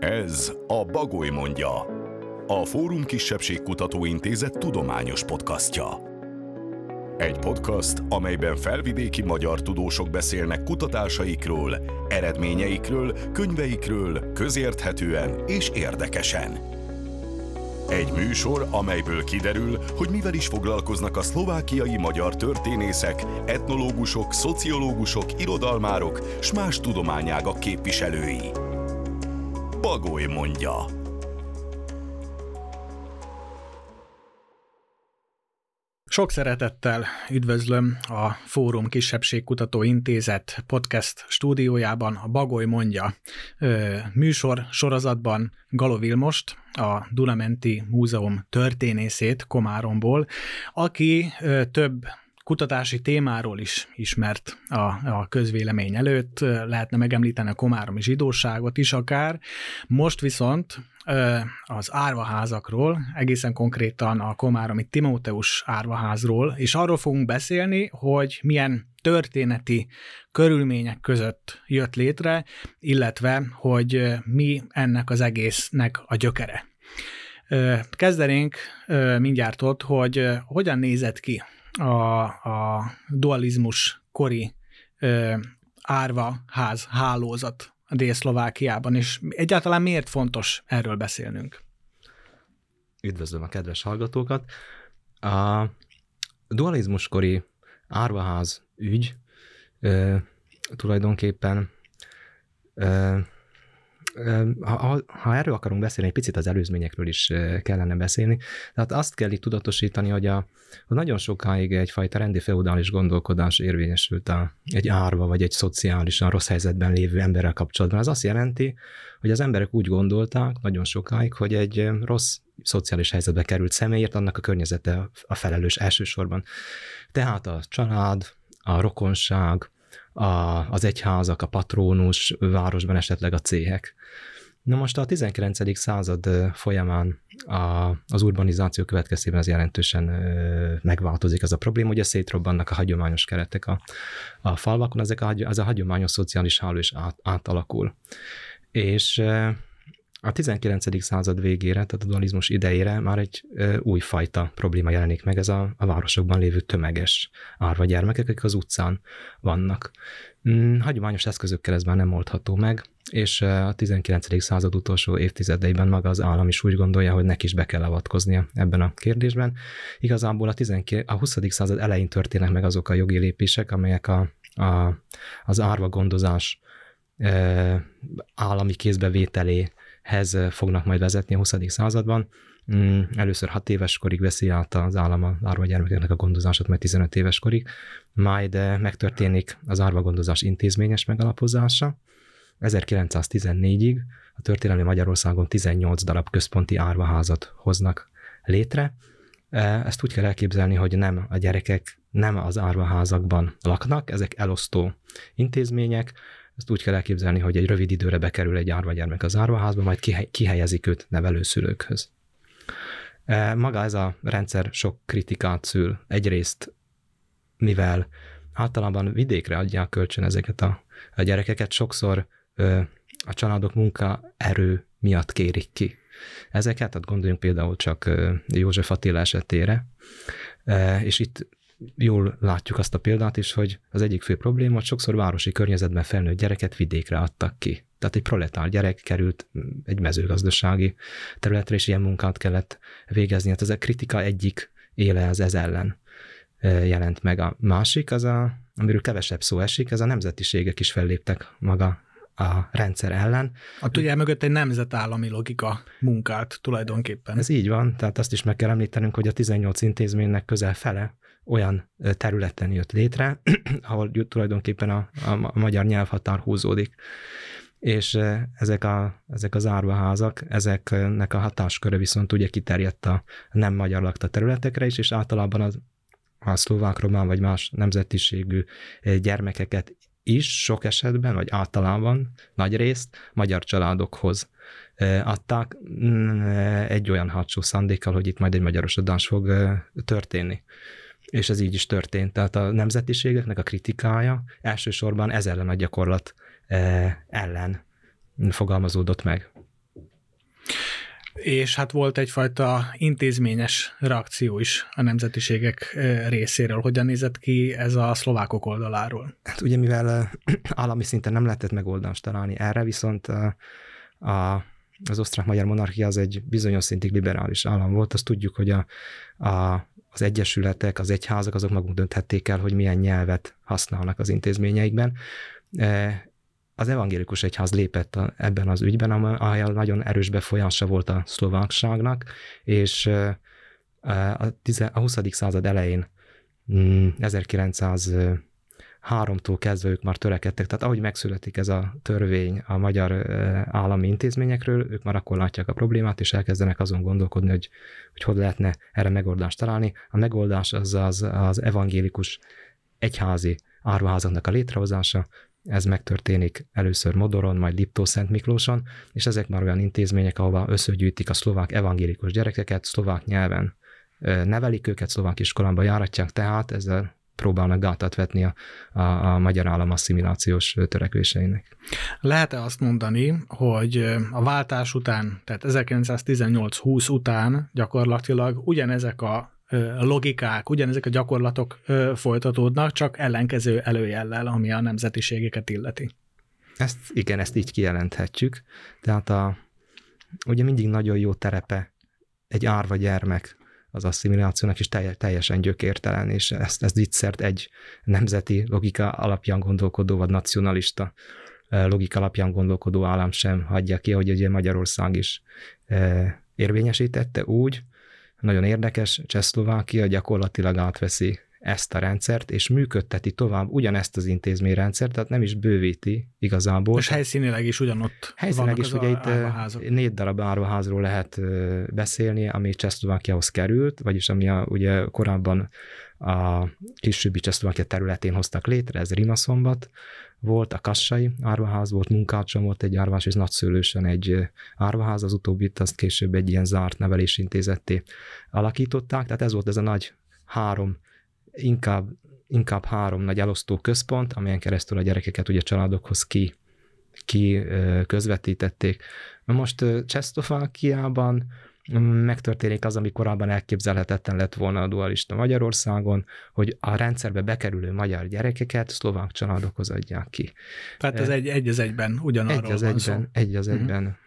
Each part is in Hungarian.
Ez a Bagoly mondja, a Fórum Kisebbségkutató Intézet tudományos podcastja. Egy podcast, amelyben felvidéki magyar tudósok beszélnek kutatásaikról, eredményeikről, könyveikről, közérthetően és érdekesen. Egy műsor, amelyből kiderül, hogy mivel is foglalkoznak a szlovákiai magyar történészek, etnológusok, szociológusok, irodalmárok s más tudományágak képviselői. Bagoly mondja. Sok szeretettel üdvözlöm a Fórum Kisebbségkutató Intézet podcast stúdiójában, a Bagoly mondja műsor sorozatban Galo Vilmost, a Dunamenti Múzeum történészét Komáromból, aki több kutatási témáról is ismert a közvélemény előtt, lehetne megemlíteni a komáromi zsidóságot is akár. Most viszont az árvaházakról, egészen konkrétan a komáromi Timóteus árvaházról, és arról fogunk beszélni, hogy milyen történeti körülmények között jött létre, illetve hogy mi ennek az egésznek a gyökere. Kezdenénk mindjárt ott, hogy hogyan nézett ki a dualizmus kori árvaház hálózat a Dél-Szlovákiában, és egyáltalán miért fontos erről beszélnünk? Üdvözlöm a kedves hallgatókat! A dualizmus kori árvaház ügy tulajdonképpen, ha erről akarunk beszélni, egy picit az előzményekről is kellene beszélni. Tehát azt kell itt tudatosítani, hogy nagyon sokáig egyfajta rendi feudális gondolkodás érvényesült egy árva vagy egy szociálisan rossz helyzetben lévő emberrel kapcsolatban. Ez azt jelenti, hogy az emberek úgy gondolták nagyon sokáig, hogy egy rossz szociális helyzetbe került személyért annak a környezete a felelős elsősorban. Tehát a család, a rokonság, az egyházak, a patrónus, városban esetleg a céhek. Na most a 19. század folyamán az urbanizáció következtében ez jelentősen megváltozik ez a probléma, ugye szétrobbannak a hagyományos keretek a falvakon, ez a hagyományos szociális háló is átalakul. És a 19. század végére, tehát a dualizmus idejére már egy újfajta probléma jelenik meg, ez a városokban lévő tömeges árva gyermekek, akik az utcán vannak. Hagyományos eszközökkel ez már nem oldható meg, és a 19. század utolsó évtizedeiben maga az állam is úgy gondolja, hogy neki is be kell avatkoznia ebben a kérdésben. Igazából a 20. század elején történnek meg azok a jogi lépések, amelyek az árva gondozás állami kézbevételéhez fognak majd vezetni a 20. században. Először 6 éves korig veszi át az állam az árva gyermekeknek a gondozását, majd 15 éves korig, majd megtörténik az árva gondozás intézményes megalapozása. 1914-ig a történelmi Magyarországon 18 darab központi árvaházat hoznak létre. Ezt úgy kell elképzelni, hogy nem a gyerekek nem az árvaházakban laknak, ezek elosztó intézmények. Ezt úgy kell elképzelni, hogy egy rövid időre bekerül egy árva gyermek az árvaházba, majd kihelyezik őt nevelőszülőkhöz. Maga ez a rendszer sok kritikát szül. Egyrészt, mivel általában vidékre adják kölcsön ezeket a gyerekeket, sokszor a családok munkaerő miatt kérik ki ezeket, tehát gondoljunk például csak József Attila esetére, és itt jól látjuk azt a példát is, hogy az egyik fő probléma, hogy sokszor városi környezetben felnőtt gyereket vidékre adtak ki. Tehát egy proletár gyerek került egy mezőgazdasági területre, és ilyen munkát kellett végezni. Hát ez a kritika egyik éle az ez ellen jelent meg. A másik, amiről kevesebb szó esik, ez a nemzetiségek is felléptek maga a rendszer ellen. Ugye mögött egy nemzetállami logika munkált tulajdonképpen. Ez így van, tehát azt is meg kell említenünk, hogy a 18 intézménynek közel fele olyan területen jött létre, ahol tulajdonképpen a magyar nyelvhatár húzódik. És ezek az árvaházak, ezeknek a hatásköre viszont ugye kiterjedt a nem magyar lakta területekre is, és általában a szlovák, román vagy más nemzetiségű gyermekeket is sok esetben, vagy általában nagy részt magyar családokhoz adták egy olyan hátsó szándékkal, hogy itt majd egy magyarosodás fog történni. És ez így is történt. Tehát a nemzetiségeknek a kritikája elsősorban ez ellen a gyakorlat ellen fogalmazódott meg. És hát volt egyfajta intézményes reakció is a nemzetiségek részéről. Hogyan nézett ki ez a szlovákok oldaláról? Hát ugye mivel állami szinten nem lehetett megoldást találni erre, viszont az osztrák-magyar monarchia az egy bizonyos szintig liberális állam volt. Azt tudjuk, hogy az egyesületek, az egyházak, azok maguk dönthették el, hogy milyen nyelvet használnak az intézményeikben. Az evangélikus egyház lépett ebben az ügyben, ahol nagyon erős befolyása volt a szlovákságnak, és a 20. század elején, 1903-tól kezdve ők már törekedtek, tehát ahogy megszületik ez a törvény a magyar állami intézményekről, ők már akkor látják a problémát, és elkezdenek azon gondolkodni, hogy lehetne erre megoldást találni. A megoldás az evangélikus egyházi árvaházaknak a létrehozása. Ez megtörténik először Modoron, majd Liptó-Szent Miklóson, és ezek már olyan intézmények, ahova összegyűjtik a szlovák evangélikus gyerekeket, szlovák nyelven nevelik őket, szlovák iskolában járatják, tehát ezzel próbálnak gátat vetni a magyar állam asszimilációs törekvéseinek. Lehet-e azt mondani, hogy a váltás után, tehát 1918-20 után gyakorlatilag ugyanezek a logikák, ugyanezek a gyakorlatok folytatódnak, csak ellenkező előjellel, ami a nemzetiségeket illeti? Ezt így kijelenthetjük. Tehát ugye mindig nagyon jó terepe egy árva gyermek az asszimilációnak, és teljesen gyökértelen, és ezt viccert egy nemzeti logika alapján gondolkodó, vagy nacionalista logika alapján gondolkodó állam sem hagyja ki, hogy ugye Magyarország is érvényesítette úgy. Nagyon érdekes, Csehszlovákia gyakorlatilag átveszi ezt a rendszert, és működteti tovább ugyanezt az intézményrendszert, tehát nem is bővíti igazából. És helyszínileg is ugyanott helyszínileg is, ugye itt 4 darab árvaházról lehet beszélni, ami Csehszlovákiához került, vagyis ami ugye korábban a későbbi Csehszlovákia területén hoztak létre, ez Rimaszombat volt, a Kassai árvaház volt, Munkácson volt egy árvaház, és Nagyszőlősen egy árvaház, az utóbbit azt később egy ilyen zárt nevelési intézetté alakították, tehát ez volt ez a nagy inkább három nagy elosztó központ, amelyen keresztül a gyerekeket ugye családokhoz ki közvetítették. Most Csehszlovákiában megtörténik az, ami korábban elképzelhetetlen lett volna a dualista Magyarországon, hogy a rendszerbe bekerülő magyar gyerekeket szlovák családokhoz adják ki. Tehát ez egy az egyben ugyanarról van szó. Egy az egyben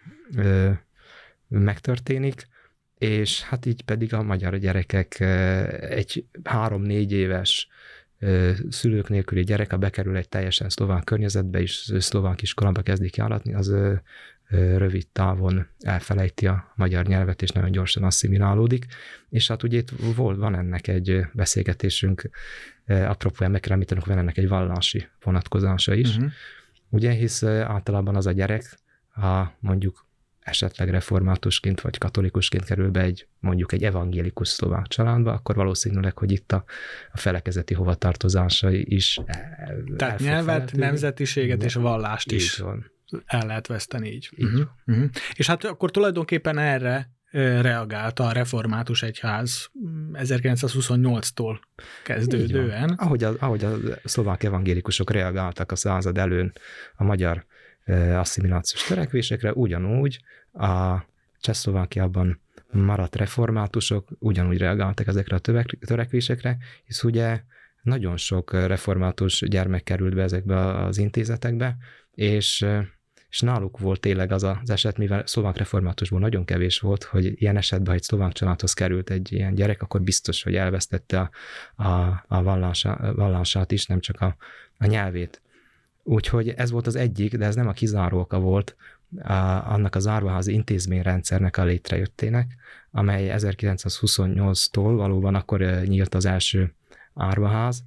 megtörténik, és hát így pedig a magyar gyerekek egy 3-4 éves szülők nélküli gyerek, ha bekerül egy teljesen szlovák környezetbe, és szlovák iskolába kezdik járatni, az rövid távon elfelejti a magyar nyelvet, és nagyon gyorsan asszimilálódik. És hát ugye itt van ennek egy beszélgetésünk, apropóján meg kell említenünk, van ennek egy vallási vonatkozása is. Ugye, hisz általában az a gyerek, ha mondjuk esetleg reformátusként vagy katolikusként kerül be mondjuk egy evangélikus szlovák családba, akkor valószínűleg, hogy itt a felekezeti hovatartozásai is tehát nyelvet, nemzetiséget és vallást is el lehet veszteni így. És hát akkor tulajdonképpen erre reagált a református egyház 1928-tól kezdődően. Ahogy a szlovák evangélikusok reagáltak a század előn a magyar asszimilációs törekvésekre, ugyanúgy a Csehszlovákiában maradt reformátusok ugyanúgy reagáltak ezekre a törekvésekre, hisz ugye nagyon sok református gyermek került be ezekbe az intézetekbe, és náluk volt tényleg az az eset, mivel szlovák reformátusból nagyon kevés volt, hogy ilyen esetben, ha egy szlovák családhoz került egy ilyen gyerek, akkor biztos, hogy elvesztette a vallását is, nem csak a nyelvét. Úgyhogy ez volt az egyik, de ez nem a kizáró oka volt annak az árvaházi intézményrendszernek a létrejöttének, amely 1928-tól valóban akkor nyílt az első árvaház,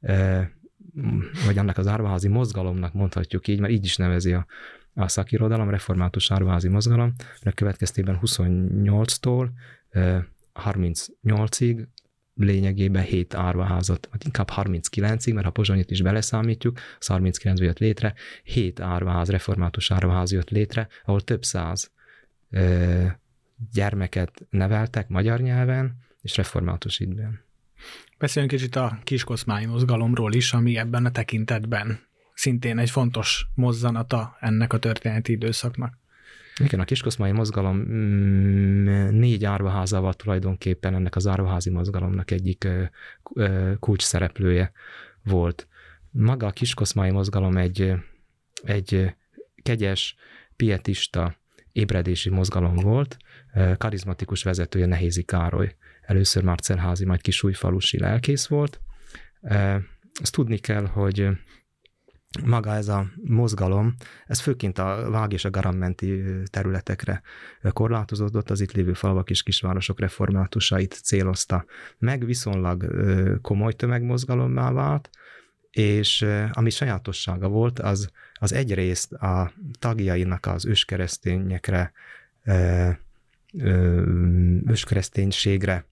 vagy annak az árvaházi mozgalomnak mondhatjuk így, mert így is nevezi a szakirodalom, református árvaházi mozgalom, mert következtében 28-tól 38-ig lényegében 7 árvaházat, vagy inkább 39-ig, mert ha Pozsonyit is beleszámítjuk, az 39-ben jött létre, 7 árvaház, református árvaház jött létre, ahol több száz gyermeket neveltek magyar nyelven és református időben. Beszéljünk kicsit a kiskoszmályi mozgalomról is, ami ebben a tekintetben szintén egy fontos mozzanata ennek a történeti időszaknak. Igen, a Kiskoszmai mozgalom 4 árvaházával tulajdonképpen ennek az árvaházi mozgalomnak egyik kulcs szereplője volt. Maga a Kiskoszmai mozgalom egy kegyes, pietista, ébredési mozgalom volt, karizmatikus vezetője Nehézi Károly. Először Marcelházi, majd Kisújfalusi lelkész volt. Azt tudni kell, hogy maga ez a mozgalom, ez főként a Vág és a Garam menti területekre korlátozódott, az itt lévő falvak és kisvárosok reformátusait célozta meg, viszonylag komoly tömegmozgalommá vált, és ami sajátossága volt, az egyrészt a tagjainak az őskeresztényekre, őskereszténységre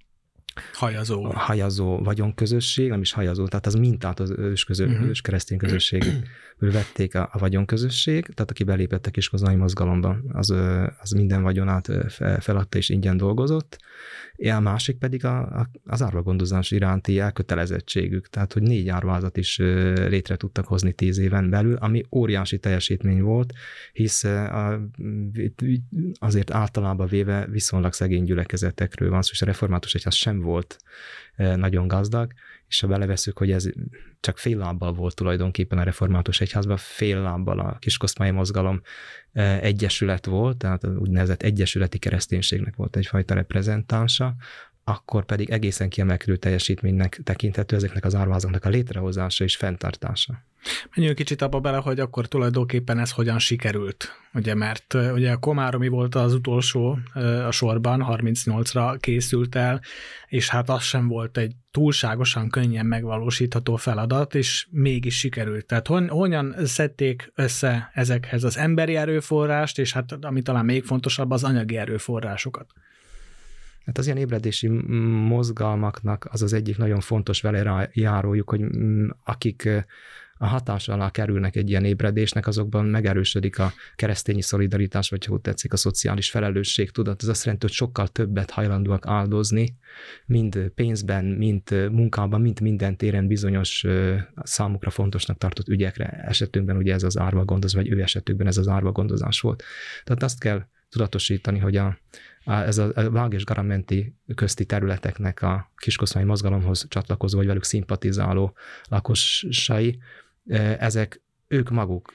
hajazó vagyonközösség, nem is hajazó, tehát az mintát az őskeresztény közösségből vették a vagyonközösség, tehát aki belépett a Kiskoszmai mozgalomba, az minden vagyonát feladta és ingyen dolgozott. A másik pedig az árvagondozás iránti elkötelezettségük, tehát hogy 4 árvázat is létre tudtak hozni 10 éven belül, ami óriási teljesítmény volt, hisz azért általában véve viszonylag szegény gyülekezetekről van szó, és a református egyház sem volt nagyon gazdag, és ha beleveszünk, hogy ez csak fél lábbal volt tulajdonképpen a református egyházban, fél lábbal a Kiskoszmai mozgalom egyesület volt, tehát úgynevezett egyesületi kereszténységnek volt egyfajta reprezentánsa, akkor pedig egészen kiemelkedő teljesítménynek tekinthető ezeknek az árvázaknak a létrehozása és fenntartása. Menjünk kicsit abba bele, hogy akkor tulajdonképpen ez hogyan sikerült, ugye, mert ugye a komáromi volt az utolsó a sorban, 38-ra készült el, és hát az sem volt egy túlságosan könnyen megvalósítható feladat, és mégis sikerült. Tehát hogyan szedték össze ezekhez az emberi erőforrást, és hát ami talán még fontosabb, az anyagi erőforrásokat? Hát az ilyen ébredési mozgalmaknak az egyik nagyon fontos velejárójuk, hogy akik a hatás alá kerülnek egy ilyen ébredésnek, azokban megerősödik a keresztényi szolidaritás, vagy ha úgy tetszik, a szociális felelősségtudat. Ez azt jelenti, hogy sokkal többet hajlandóak áldozni, mind pénzben, mind munkában, mind minden téren bizonyos számukra fontosnak tartott ügyekre. Esetünkben ugye ez az árvagondozás, vagy ő esetükben ez az árvagondozás volt. Tehát azt kell tudatosítani, hogy ez a Vág és Garam menti közti területeknek a Kiskoszmai mozgalomhoz csatlakozó, vagy velük szimpatizáló lakosai, ők maguk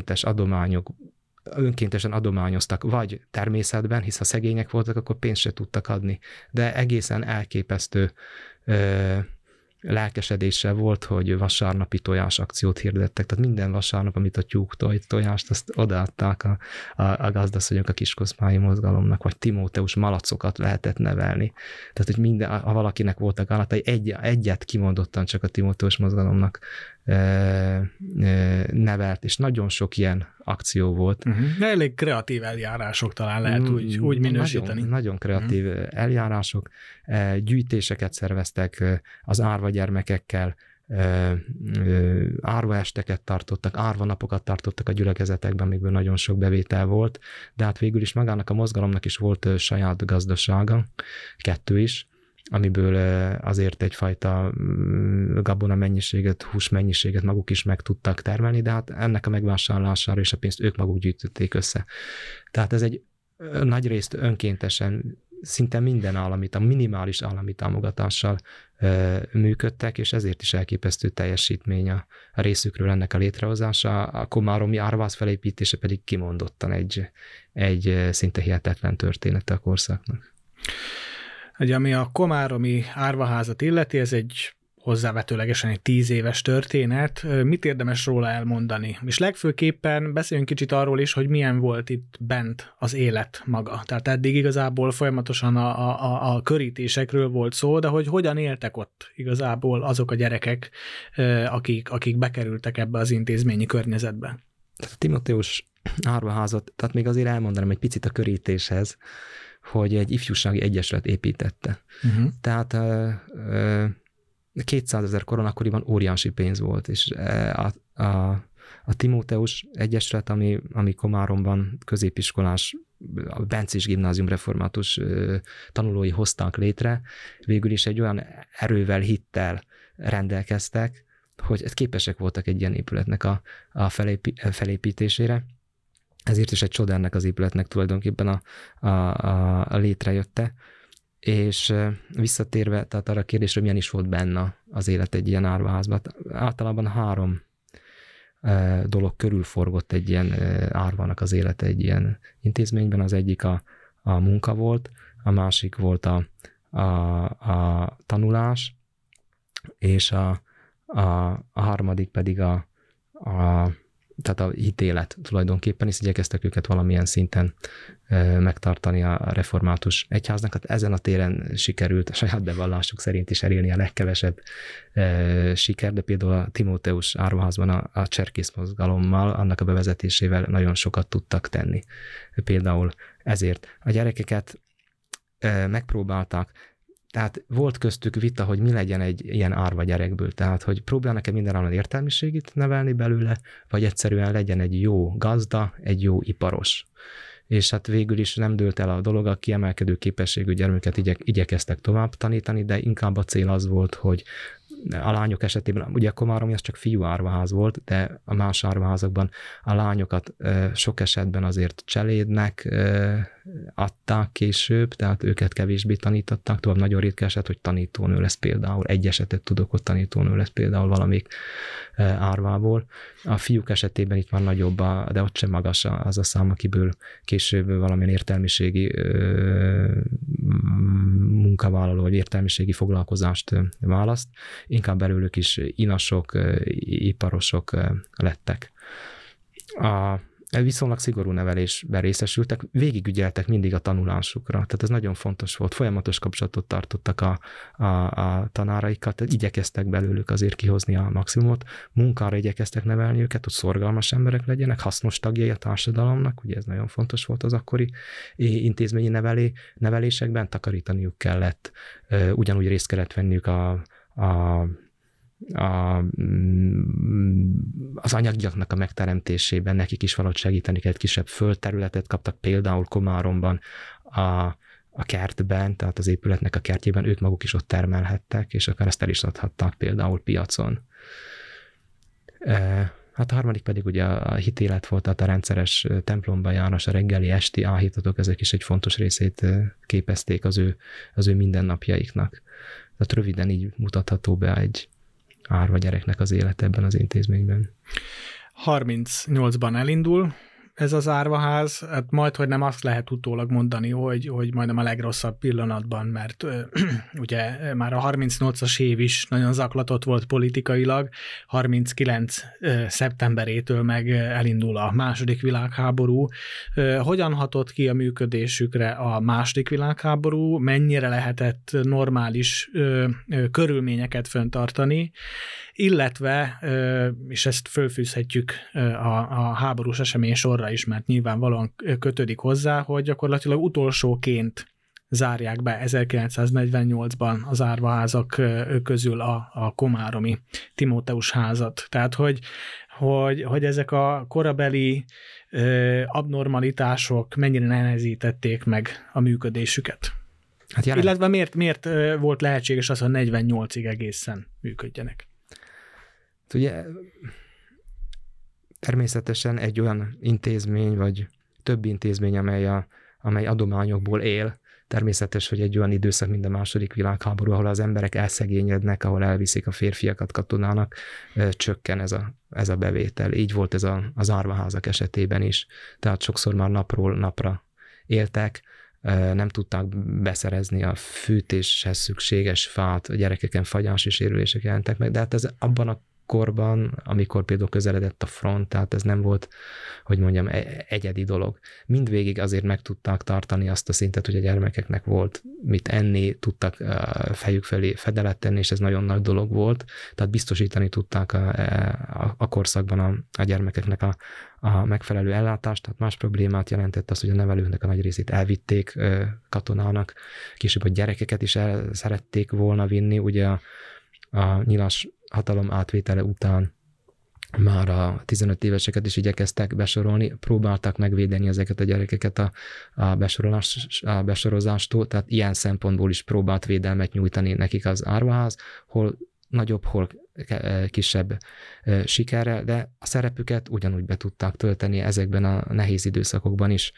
önkéntesen adományoztak, vagy természetben, hisz ha szegények voltak, akkor pénzt se tudtak adni, de egészen elképesztő lelkesedéssel volt, hogy vasárnapi tojás akciót hirdettek, tehát minden vasárnap, amit a tyúk tojást, azt odaadták a gazdasszonyok a Kiskoszmai mozgalomnak, vagy Timóteus malacokat lehetett nevelni. Tehát, hogy ha valakinek voltak állatai, egyet kimondottan csak a Timóteus mozgalomnak nevelt, és nagyon sok ilyen akció volt. De elég kreatív eljárások talán lehet úgy minősíteni. Nagyon kreatív eljárások, gyűjtéseket szerveztek az árvagyermekekkel, árvaesteket tartottak, árvanapokat tartottak a gyülekezetekben, amikből nagyon sok bevétel volt, de hát végül is magának a mozgalomnak is volt saját gazdasága, 2 is, amiből azért egyfajta gabona mennyiséget, hús mennyiséget maguk is meg tudtak termelni, de hát ennek a megvásárlására és a pénzt ők maguk gyűjtötték össze. Tehát ez egy nagyrészt önkéntesen, szinte minden a minimális állami támogatással működtek, és ezért is elképesztő teljesítmény a részükről ennek a létrehozása. A komáromi árváz felépítése pedig kimondottan egy szinte hihetetlen története a korszaknak. Ugye, ami a komáromi árvaházat illeti, ez egy hozzávetőlegesen egy 10 éves történet. Mit érdemes róla elmondani? És legfőképpen beszéljünk kicsit arról is, hogy milyen volt itt bent az élet maga. Tehát eddig igazából folyamatosan a körítésekről volt szó, de hogy hogyan éltek ott igazából azok a gyerekek, akik bekerültek ebbe az intézményi környezetbe. Tehát a Timóteus árvaházat, tehát még azért elmondanám egy picit a körítéshez, hogy egy ifjúsági egyesület építette. Tehát 200 000 korona akkoriban óriási pénz volt, és a Timóteus egyesület, ami Komáromban középiskolás, a Bencés gimnázium református tanulói hozták létre, végül is egy olyan erővel, hittel rendelkeztek, hogy képesek voltak egy ilyen épületnek a felépítésére, ezért is egy csoda ennek az épületnek tulajdonképpen a létrejötte. És visszatérve, tehát arra a kérdésre, milyen is volt benne az élet egy ilyen árvaházban. Általában 3 dolog körül forgott egy ilyen árvának az élete egy ilyen intézményben. Az egyik a munka volt, a másik volt a tanulás, és a harmadik pedig tehát a hitélet tulajdonképpen, és igyekeztek őket valamilyen szinten megtartani a református egyháznak. Hát ezen a téren sikerült a saját bevallásuk szerint is elérni a legkevesebb siker, de például a Timóteus árvaházban a cserkész mozgalommal, annak a bevezetésével nagyon sokat tudtak tenni. Például ezért a gyerekeket megpróbálták, tehát volt köztük vita, hogy mi legyen egy ilyen árva gyerekből, tehát hogy próbálnak-e mindenáron értelmiségit nevelni belőle, vagy egyszerűen legyen egy jó gazda, egy jó iparos. És hát végül is nem dőlt el a dolog, a kiemelkedő képességű gyermeket igyekeztek tovább tanítani, de inkább a cél az volt, hogy a lányok esetében, ugye a Komáromi az csak fiú árvaház volt, de a más árvaházakban a lányokat sok esetben azért cselédnek adták később, tehát őket kevésbé tanították, tovább nagyon ritka eset, hogy tanítónő lesz például. Egy esetet tudok, hogy tanítónő lesz például valamelyik árvából. A fiúk esetében itt már nagyobb, de ott sem magas az a szám, akiből később valamilyen értelmiségi munkavállaló vagy értelmiségi foglalkozást választ. Inkább belőlük is inasok, iparosok lettek. Viszonylag szigorú nevelésben részesültek, végigügyeltek mindig a tanulásukra, tehát ez nagyon fontos volt, folyamatos kapcsolatot tartottak a tanáraikkal, tehát igyekeztek belőlük azért kihozni a maximumot, munkára igyekeztek nevelni őket, hogy szorgalmas emberek legyenek, hasznos tagjai a társadalomnak, ugye ez nagyon fontos volt az akkori intézményi nevelésekben, takarítaniuk kellett, ugyanúgy részt kellett venniük az anyagiaknak a megteremtésében, nekik is valahogy segíteni kellett, kisebb földterületet kaptak, például Komáromban a kertben, tehát az épületnek a kertjében ők maguk is ott termelhettek, és akár ezt el is adhatták például piacon. Hát a harmadik pedig ugye a hitélet volt, tehát a rendszeres templomba járás, a reggeli, esti áhítatok, ezek is egy fontos részét képezték az ő mindennapjaiknak. Tehát röviden így mutatható be egy árva gyereknek az élet ebben az intézményben. 38-ban elindul ez az árvaház, hát majdhogy nem azt lehet utólag mondani, hogy majdnem a legrosszabb pillanatban, mert ugye már a 38-as év is nagyon zaklatott volt politikailag, 39 szeptemberétől meg elindul a második világháború. Hogyan hatott ki a működésükre a második világháború, mennyire lehetett normális körülményeket fenntartani, illetve, és ezt fölfűzhetjük a háborús esemény sorra is, mert nyilvánvalóan kötődik hozzá, hogy gyakorlatilag utolsóként zárják be 1948-ban az árvaházak közül a komáromi Timóteus házat. Tehát, hogy ezek a korabeli abnormalitások mennyire nehezítették meg a működésüket. Hát illetve miért volt lehetséges az, hogy 48-ig egészen működjenek? Ugye természetesen egy olyan intézmény, vagy több intézmény, amely adományokból él, természetes, hogy egy olyan időszak, mint a második világháború, ahol az emberek elszegényednek, ahol elviszik a férfiakat katonának, csökken ez a bevétel. Így volt ez az árvaházak esetében is. Tehát sokszor már napról napra éltek, nem tudták beszerezni a fűtéshez szükséges fát, a gyerekeken fagyási sérülések jelentek meg, de hát ez abban a korban, amikor például közeledett a front, tehát ez nem volt, hogy mondjam, egyedi dolog. Mindvégig azért meg tudták tartani azt a szintet, hogy a gyermekeknek volt mit enni, tudtak fejük felé fedelet tenni, és ez nagyon nagy dolog volt, tehát biztosítani tudták a korszakban a gyermekeknek a megfelelő ellátást, tehát más problémát jelentett az, hogy a nevelőknek a nagy részét elvitték katonának, később a gyerekeket is el szerették volna vinni, ugye a nyilas hatalom átvétele után már a 15 éveseket is igyekeztek besorolni, próbáltak megvédeni ezeket a gyerekeket a besorozástól, tehát ilyen szempontból is próbált védelmet nyújtani nekik az árvaház, hol nagyobb, hol kisebb sikerrel, de a szerepüket ugyanúgy be tudták tölteni ezekben a nehéz időszakokban is.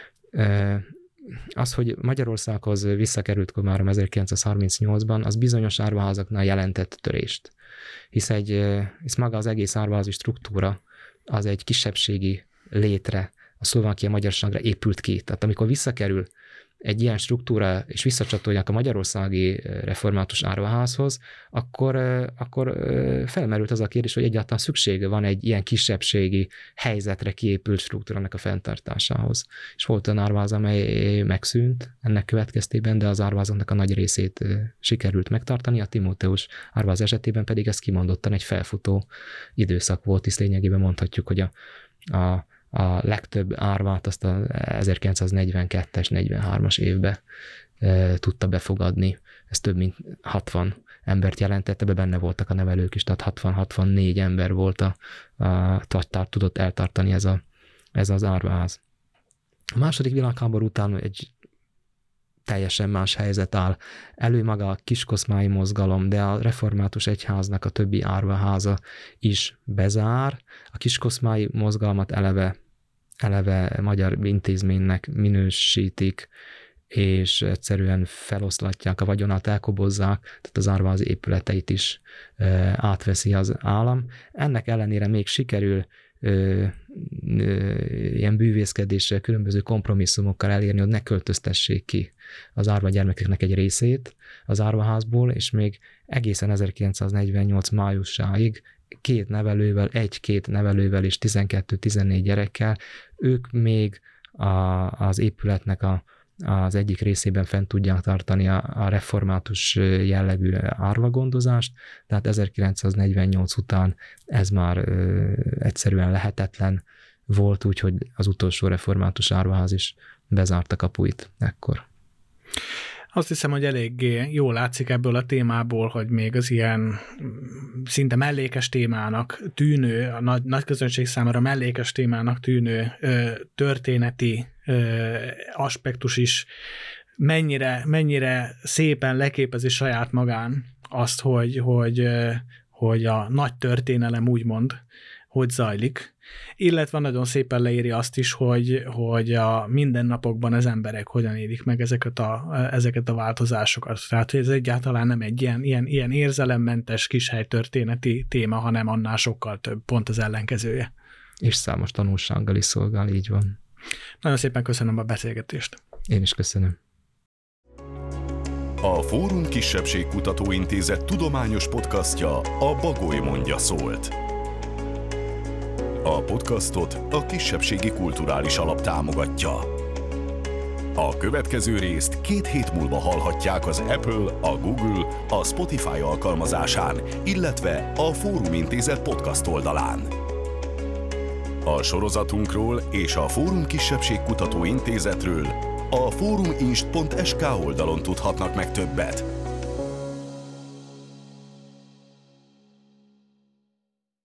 Az, hogy Magyarországhoz visszakerült Komárom 1938-ban, az bizonyos árvaházaknál jelentett törést. Hisz maga az egész árvaházi struktúra az egy kisebbségi létre, a szlovákia magyarságra épült ki. Tehát amikor visszakerül egy ilyen struktúra, és visszacsatolják a magyarországi református árvaházhoz, akkor felmerült az a kérdés, hogy egyáltalán szüksége van egy ilyen kisebbségi helyzetre kiépült struktúrának a fenntartásához. És volt olyan árvaház, amely megszűnt ennek következtében, de az árvaházaknak a nagy részét sikerült megtartani, a Timóteus árvaház esetében pedig ez kimondottan egy felfutó időszak volt, és lényegében mondhatjuk, hogy a legtöbb árvát azt a 1942-es, 43-as évben tudta befogadni. Ez több mint 60 embert jelentett, ebben benne voltak a nevelők is, tehát 60-64 ember volt tudott eltartani ez az árvaház. A második világháború után egy teljesen más helyzet áll elő, maga a kiskoszmái mozgalom, de a református egyháznak a többi árvaháza is bezár. A kiskoszmái mozgalmat eleve magyar intézménynek minősítik, és egyszerűen feloszlatják, a vagyonát elkobozzák, tehát az árvaház épületeit is átveszi az állam. Ennek ellenére még sikerül ilyen bűvészkedéssel, különböző kompromisszumokkal elérni, hogy ne költöztessék ki az árva gyermekeknek egy részét az árvaházból, és még egészen 1948 májusáig egy-két nevelővel és 12-14 gyerekkel, ők még az épületnek az egyik részében fent tudják tartani a református jellegű árvagondozást, tehát 1948 után ez már egyszerűen lehetetlen volt, úgyhogy az utolsó református árvaház is bezárta kapuit ekkor. Azt hiszem, hogy eléggé jól látszik ebből a témából, hogy még az ilyen szinte mellékes témának tűnő, a nagy közönség számára mellékes témának tűnő történeti aspektus is mennyire szépen leképezi saját magán azt, hogy a nagy történelem úgymond hogy zajlik, illetve nagyon szépen leírja azt is, hogy a mindennapokban az emberek hogyan élik meg ezeket a változásokat. Tehát ez egyáltalán nem egy ilyen érzelemmentes kishelytörténeti téma, hanem annál sokkal több, pont az ellenkezője. És számos tanulsággal is szolgál, így van. Nagyon szépen köszönöm a beszélgetést. Én is köszönöm. A Fórum Kisebbségkutató Intézet tudományos podcastja a Bagoly mondja szólt. A podcastot a Kisebbségi Kulturális Alap támogatja. A következő részt 2 hét múlva hallhatják az Apple, a Google, a Spotify alkalmazásán, illetve a Fórum Intézet podcast oldalán. A sorozatunkról és a Fórum Kisebbségkutató Intézetről a foruminst.sk oldalon tudhatnak meg többet.